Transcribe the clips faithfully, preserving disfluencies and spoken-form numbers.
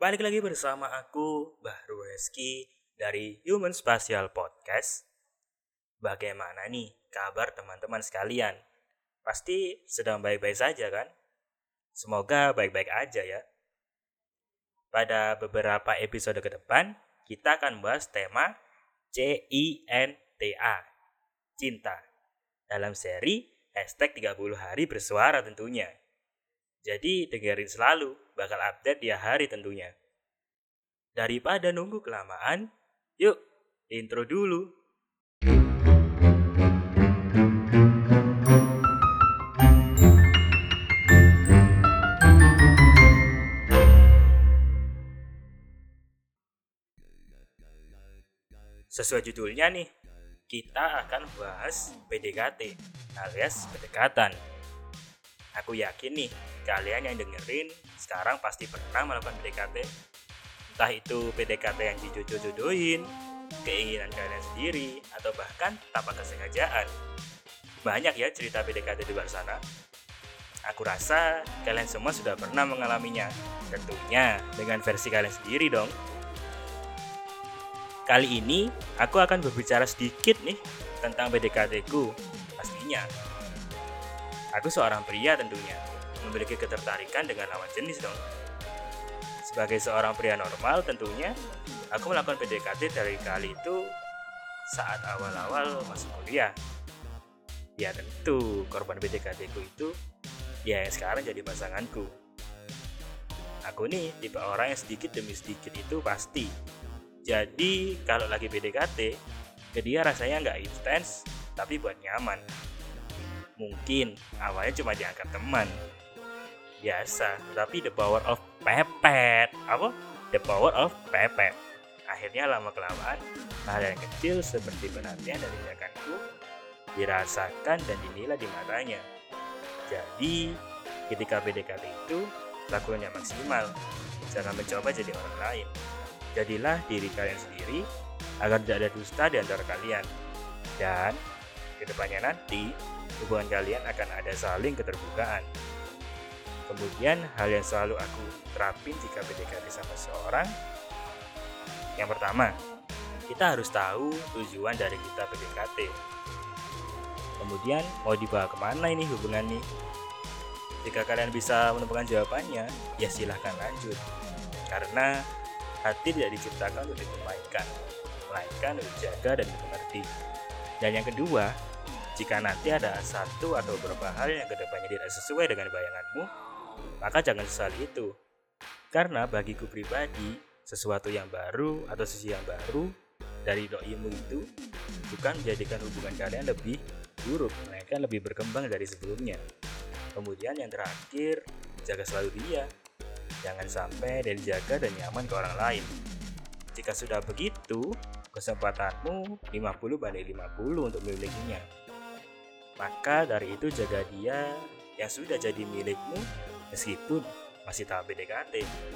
Balik lagi bersama aku, Bahru Reski dari Human Spatial Podcast. Bagaimana nih kabar teman-teman sekalian? Pasti sedang baik-baik saja kan? Semoga baik-baik aja ya. Pada beberapa episode ke depan, kita akan bahas tema C I N T A, cinta, dalam seri hashtag tiga puluh hari bersuara tentunya. Jadi dengerin selalu, bakal update tiap hari tentunya. Daripada nunggu kelamaan, yuk intro dulu. Sesuai judulnya nih, kita akan bahas P D K T alias pendekatan. Aku yakin nih, kalian yang dengerin sekarang pasti pernah melakukan P D K T. Entah itu P D K T yang dijodoh-jodohin, keinginan kalian sendiri, atau bahkan tanpa kesengajaan. Banyak ya cerita P D K T di luar sana. Aku rasa kalian semua sudah pernah mengalaminya. Tentunya dengan versi kalian sendiri dong. Kali ini aku akan berbicara sedikit nih tentang P D K T-ku. Pastinya aku seorang pria tentunya, memiliki ketertarikan dengan lawan jenis dong. Sebagai seorang pria normal tentunya, aku melakukan P D K T dari kali itu saat awal-awal masuk kuliah. Ya tentu korban P D K T-ku itu ya yang sekarang jadi pasanganku. Aku nih tipe orang yang sedikit demi sedikit itu pasti. Jadi kalau lagi P D K T, ke dia rasanya nggak intens, tapi buat nyaman. Mungkin awalnya cuma dianggap teman biasa, tapi the power of pepet. Apa? The power of pepet. Akhirnya lama kelamaan, hal yang kecil seperti perhatian dan tindakanku dirasakan dan dinilai di matanya. Jadi ketika P D K T itu lakukannya maksimal. Jangan mencoba jadi orang lain. Jadilah diri kalian sendiri agar tidak ada dusta di antara kalian. Dan kedepannya nanti hubungan kalian akan ada saling keterbukaan. Kemudian hal yang selalu aku terapin jika P D K T sama seorang, yang pertama, kita harus tahu tujuan dari kita P D K T. Kemudian mau dibawa kemana ini hubungan nih? Jika kalian bisa menemukan jawabannya, ya silahkan lanjut. Karena hati tidak diciptakan untuk dipermainkan, melainkan untuk dijaga dan dimengerti. Dan yang kedua, jika nanti ada satu atau beberapa hal yang kedepannya tidak sesuai dengan bayanganmu, maka jangan sesali itu. Karena bagiku pribadi, sesuatu yang baru atau sisi yang baru dari doimu itu bukan menjadikan hubungan kalian lebih buruk, melainkan lebih berkembang dari sebelumnya. Kemudian yang terakhir, jaga selalu dia. Jangan sampai dia dijaga dan nyaman ke orang lain. Jika sudah begitu, kesempatanmu lima puluh banding lima puluh untuk memilikinya. Maka dari itu jaga dia yang sudah jadi milikmu meskipun masih tahap P D K T.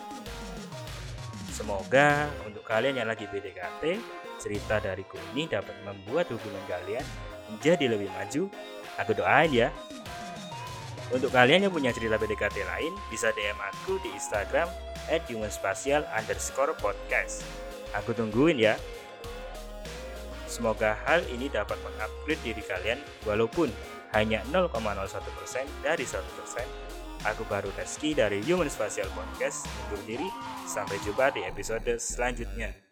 Semoga untuk kalian yang lagi P D K T, cerita dariku ini dapat membuat hubungan kalian menjadi lebih maju. Aku doain ya. Untuk kalian yang punya cerita P D K T lain, bisa D M aku di Instagram at humanspatial underscore podcast. Aku tungguin ya. Semoga hal ini dapat mengupgrade diri kalian walaupun hanya nol koma nol satu persen dari seratus persen. Aku Bahru Reski dari Human Spatial Podcast undur diri. Sampai jumpa di episode selanjutnya.